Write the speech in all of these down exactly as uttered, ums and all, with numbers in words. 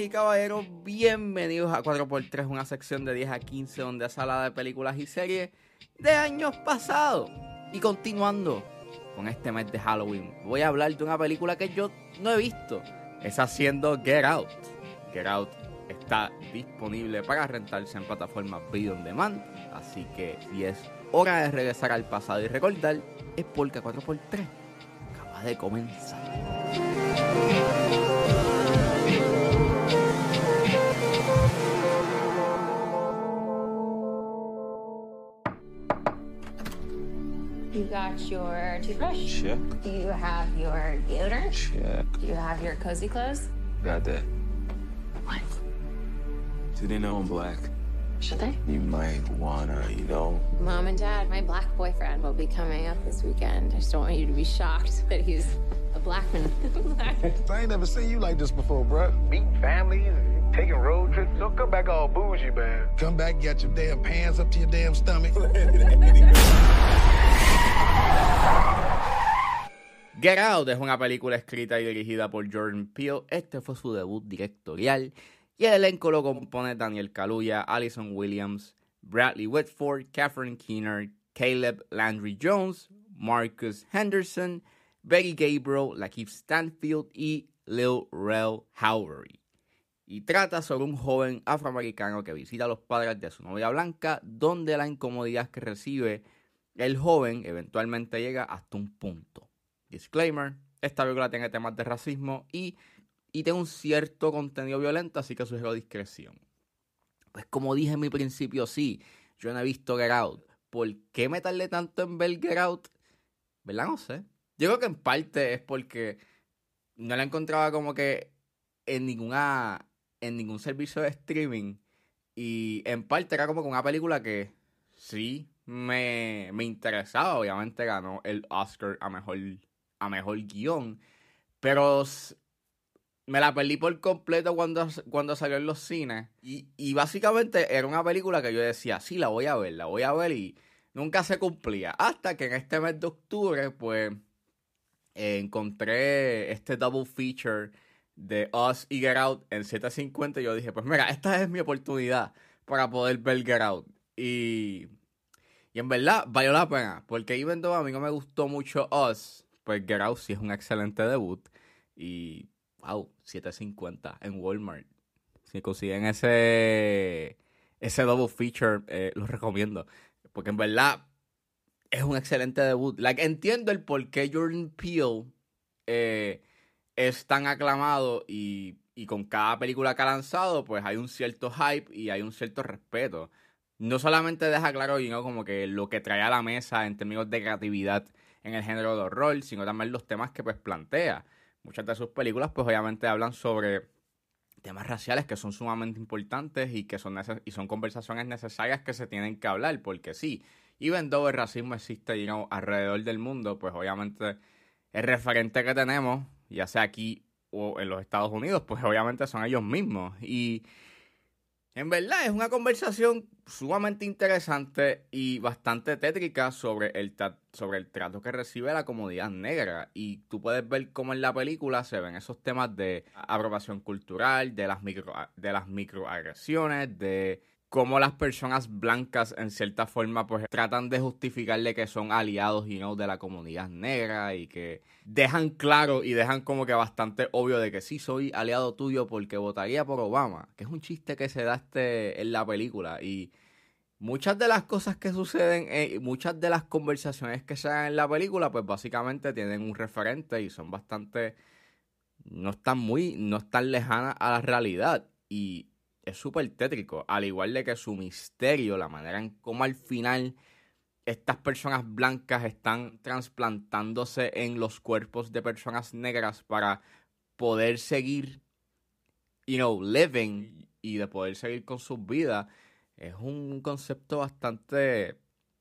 y caballeros, bienvenidos a cuatro por tres, una sección de diez a quince donde se habla de películas y series de años pasados. Y continuando con este mes de Halloween, voy a hablar de una película que yo no he visto. Es haciendo Get Out. Get Out está disponible para rentarse en plataformas Video On Demand, así que si es hora de regresar al pasado y recordar, es porque cuatro por tres acaba de comenzar. You got your toothbrush? Check. Do you have your deodorant? Check. Do you have your cozy clothes? Got that. What? Do they know I'm black? Should they? You might wanna, you know. Mom and Dad, my black boyfriend will be coming up this weekend. I just don't want you to be shocked that he's a black man. I ain't never seen you like this before, bruh. Meeting families, taking road trips. Don't come back all bougie, man. Come back, got your damn pants up to your damn stomach. Get Out es una película escrita y dirigida por Jordan Peele. Este fue su debut directorial y el elenco lo compone Daniel Kaluuya, Allison Williams, Bradley Whitford, Catherine Keener, Caleb Landry Jones, Marcus Henderson, Betty Gabriel, Lakeith Stanfield y Lil Rel Howery. Y trata sobre un joven afroamericano que visita a los padres de su novia blanca, donde la incomodidad que recibe el joven eventualmente llega hasta un punto. Disclaimer, esta película tiene temas de racismo y, y tiene un cierto contenido violento, así que sugiero discreción. Pues como dije en mi principio, sí, yo no he visto Get Out. ¿Por qué me tardé tanto en ver Get Out? ¿Verdad? No sé. Yo creo que en parte es porque no la encontraba como que en ninguna en ningún servicio de streaming. Y en parte era como que una película que sí me, me interesaba. Obviamente ganó el Oscar a mejor, a mejor guión. Pero me la perdí por completo cuando, cuando salió en los cines. Y, y básicamente era una película que yo decía, sí, la voy a ver, la voy a ver. Y nunca se cumplía. Hasta que en este mes de octubre, pues, eh, encontré este double feature de Us y Get Out en siete cincuenta. Y yo dije, pues mira, esta es mi oportunidad para poder ver Get Out. Y, y en verdad valió la pena. Porque even though a mí no me gustó mucho Us, pues Get Out sí es un excelente debut. Y wow, siete cincuenta en Walmart. Si consiguen ese ese double feature, eh, los recomiendo. Porque en verdad es un excelente debut. Like, entiendo el por qué Jordan Peele eh, es tan aclamado y, y con cada película que ha lanzado, pues hay un cierto hype y hay un cierto respeto. No solamente deja claro, you know, como que lo que trae a la mesa en términos de creatividad en el género de horror, sino también los temas que pues plantea. Muchas de sus películas pues obviamente hablan sobre temas raciales que son sumamente importantes y que son, neces- y son conversaciones necesarias que se tienen que hablar, porque sí, even though el racismo existe, you know, alrededor del mundo, pues obviamente el referente que tenemos, ya sea aquí o en los Estados Unidos, pues obviamente son ellos mismos. Y en verdad es una conversación sumamente interesante y bastante tétrica sobre el, ta- sobre el trato que recibe la comunidad negra. Y tú puedes ver cómo en la película se ven esos temas de apropiación cultural, de las, micro, de las microagresiones, de cómo las personas blancas en cierta forma pues tratan de justificarle que son aliados, you know, de la comunidad negra, y que dejan claro y dejan como que bastante obvio de que sí soy aliado tuyo porque votaría por Obama, que es un chiste que se da este en la película. Y muchas de las cosas que suceden, eh, muchas de las conversaciones que se dan en la película pues básicamente tienen un referente y son bastante, no están muy, no están lejanas a la realidad. Y es súper tétrico, al igual de que su misterio, la manera en cómo al final estas personas blancas están trasplantándose en los cuerpos de personas negras para poder seguir, you know, living y de poder seguir con sus vidas. Es un concepto bastante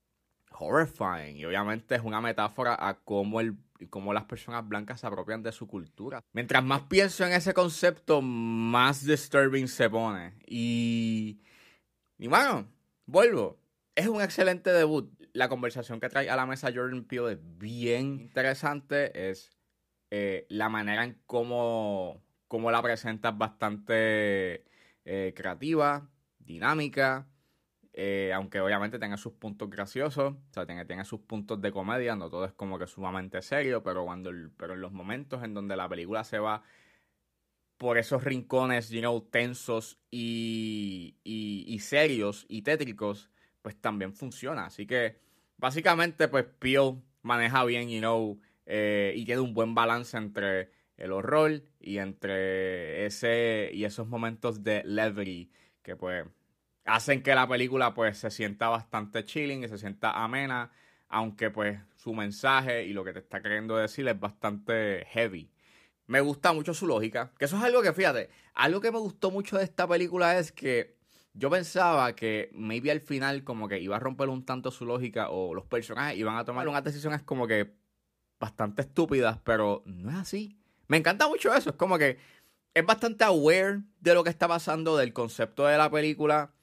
horrifying y obviamente es una metáfora a cómo, el, cómo las personas blancas se apropian de su cultura. Mientras más pienso en ese concepto, más disturbing se pone. Y, y bueno, vuelvo. Es un excelente debut. La conversación que trae a la mesa Jordan Peele es bien interesante. Es eh, la manera en cómo, cómo la presenta es bastante eh, creativa, dinámica, eh, aunque obviamente tenga sus puntos graciosos, o sea, tiene, tiene sus puntos de comedia, no todo es como que sumamente serio, pero, cuando el, pero en los momentos en donde la película se va por esos rincones, you know, tensos y, y, y serios y tétricos, pues también funciona. Así que, básicamente, pues Peele maneja bien, you know, eh, y tiene un buen balance entre el horror y entre ese y esos momentos de levity que, pues, hacen que la película, pues, se sienta bastante chilling y se sienta amena, aunque, pues, su mensaje y lo que te está queriendo decir es bastante heavy. Me gusta mucho su lógica, que eso es algo que, fíjate, algo que me gustó mucho de esta película es que yo pensaba que maybe al final como que iba a romper un tanto su lógica o los personajes iban a tomar unas decisiones como que bastante estúpidas, pero no es así. Me encanta mucho eso, es como que es bastante aware de lo que está pasando, del concepto de la película,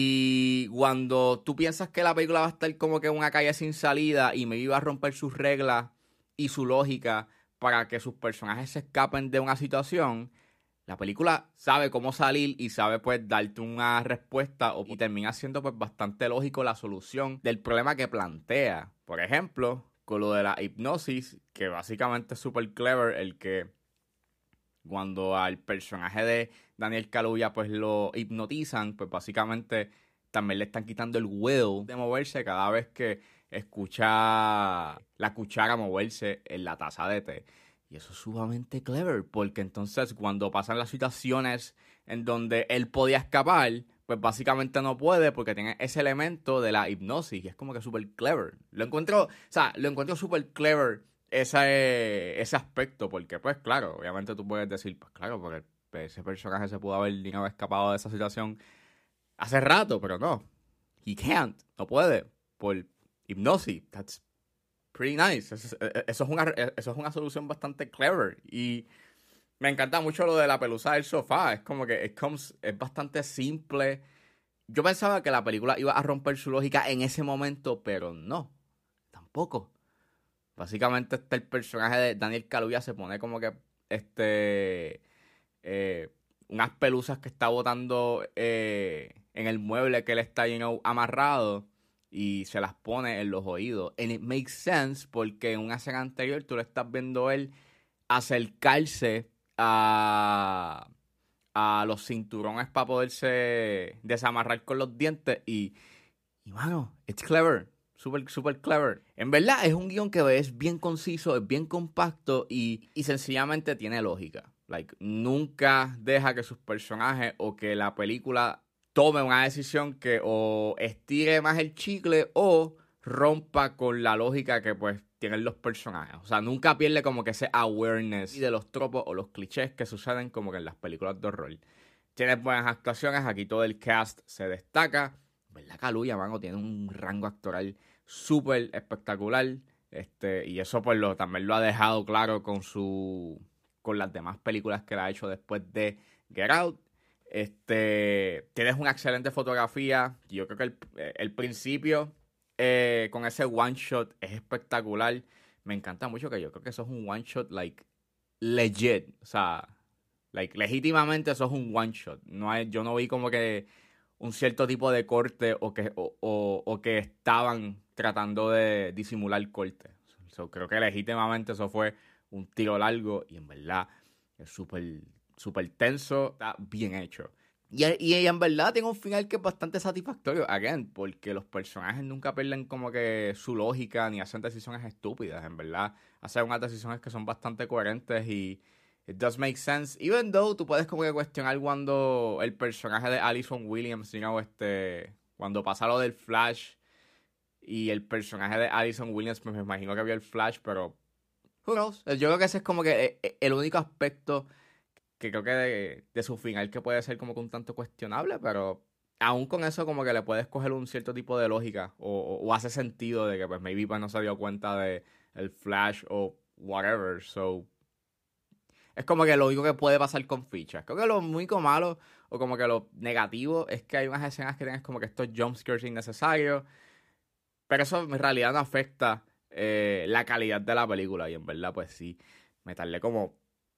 y cuando tú piensas que la película va a estar como que en una calle sin salida y maybe va a romper sus reglas y su lógica para que sus personajes se escapen de una situación, la película sabe cómo salir y sabe pues darte una respuesta o, y termina siendo pues bastante lógico la solución del problema que plantea. Por ejemplo, con lo de la hipnosis, que básicamente es súper clever, el que cuando al personaje de Daniel Kaluuya pues lo hipnotizan, pues básicamente también le están quitando el will de moverse cada vez que escucha la cuchara moverse en la taza de té. Y eso es sumamente clever, porque entonces cuando pasan las situaciones en donde él podía escapar, pues básicamente no puede porque tiene ese elemento de la hipnosis y es como que súper clever. Lo encuentro, o sea, lo encuentro súper clever ese, ese aspecto, porque pues claro, obviamente tú puedes decir, pues claro, porque ese personaje se pudo haber, you know, escapado de esa situación hace rato, pero no. He can't, no puede, por hipnosis. That's pretty nice. Eso, eso, es una, eso es una solución bastante clever. Y me encanta mucho lo de la pelusa del sofá. Es como que it comes, es bastante simple. Yo pensaba que la película iba a romper su lógica en ese momento, pero no. Tampoco. Básicamente este el personaje de Daniel Kaluuya se pone como que este eh, unas pelusas que está botando eh, en el mueble que él está, you know, amarrado, y se las pone en los oídos. And it makes sense porque en una escena anterior tú le estás viendo él acercarse a, a los cinturones para poderse desamarrar con los dientes. Y, y mano, it's clever. Súper, súper clever. En verdad es un guión que es bien conciso, es bien compacto y, y sencillamente tiene lógica. Like, nunca deja que sus personajes o que la película tome una decisión que o estire más el chicle o rompa con la lógica que pues tienen los personajes. O sea, nunca pierde como que ese awareness de los tropos o los clichés que suceden como que en las películas de horror. Tiene buenas actuaciones, aquí todo el cast se destaca. ¿Verdad? Kaluuya, mano, tiene un rango actoral súper espectacular. Este, y eso pues lo, también lo ha dejado claro con su con las demás películas que él ha hecho después de Get Out. Este, tienes una excelente fotografía. Yo creo que el, el principio eh, con ese one shot es espectacular. Me encanta mucho que yo creo que eso es un one shot like legit. O sea, like legítimamente eso es un one shot. No hay, yo no vi como que un cierto tipo de corte o que, o, o, o que estaban tratando de disimular corte. So, creo que legítimamente eso fue un tiro largo y en verdad es súper súper tenso, está bien hecho. Y, y en verdad tiene un final que es bastante satisfactorio, again, porque los personajes nunca pierden como que su lógica ni hacen decisiones estúpidas, en verdad. Hacen unas decisiones que son bastante coherentes y it does make sense, even though tú puedes como que cuestionar cuando el personaje de Allison Williams, you know, este, cuando pasa lo del Flash y el personaje de Allison Williams, pues me imagino que vio el Flash, pero who knows? Yo creo que ese es como que el único aspecto que creo que de, de su final que puede ser como que un tanto cuestionable, pero aún con eso como que le puedes coger un cierto tipo de lógica o, o, o hace sentido de que pues maybe pues no se dio cuenta de el Flash o whatever, so es como que lo único que puede pasar con fichas. Creo que lo único malo o como que lo negativo es que hay unas escenas que tienes como que estos jumpscares innecesarios, pero eso en realidad no afecta eh, la calidad de la película y en verdad pues sí, me tardé como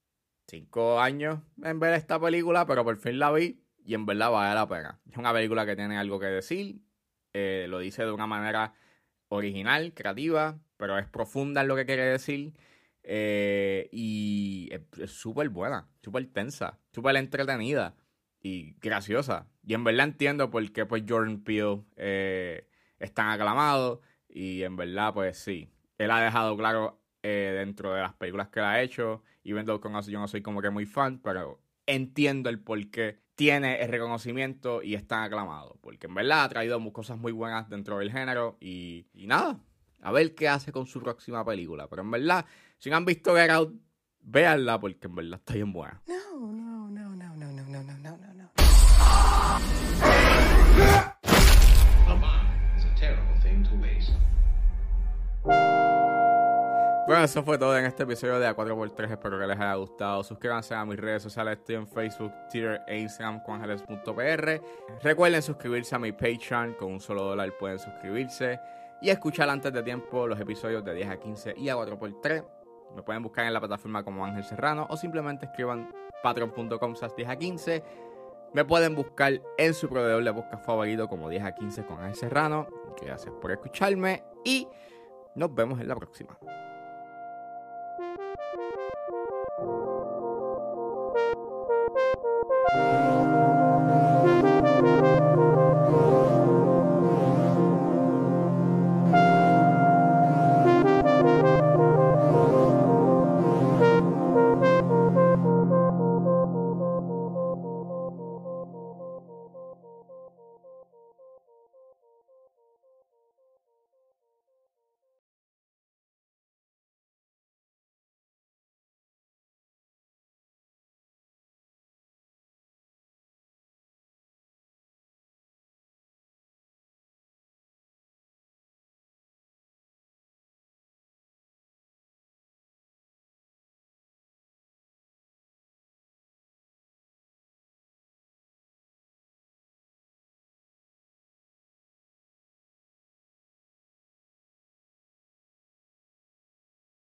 cinco años en ver esta película, pero por fin la vi y en verdad vale la pena. Es una película que tiene algo que decir, eh, lo dice de una manera original, creativa, pero es profunda en lo que quiere decir. Eh, y es súper buena, súper tensa, súper entretenida y graciosa. Y en verdad entiendo por qué pues, Jordan Peele eh, es tan aclamado. Y en verdad, pues sí, él ha dejado claro eh, dentro de las películas que él ha hecho. Even though con eso yo no soy como que muy fan, pero entiendo el por qué tiene el reconocimiento y es tan aclamado. Porque en verdad ha traído cosas muy buenas dentro del género. Y, y nada, a ver qué hace con su próxima película. Pero en verdad, si no han visto Get Out, véanla porque en verdad está bien buena. No, no, no, no, no, no, no, no, no, no. It's a terrible thing to waste. Bueno, eso fue todo en este episodio de A cuatro por tres. Espero que les haya gustado. Suscríbanse a mis redes sociales. Estoy en Facebook, Twitter e Instagram con ángeles punto p r. Recuerden suscribirse a mi Patreon. Con un solo dólar pueden suscribirse. Y escuchar antes de tiempo los episodios de diez a quince y A cuatro por tres. Me pueden buscar en la plataforma como Ángel Serrano. O simplemente escriban patreon punto com slash diez a quince. Me pueden buscar en su proveedor de podcast favorito como diez a quince con Ángel Serrano. Gracias por escucharme. Y nos vemos en la próxima.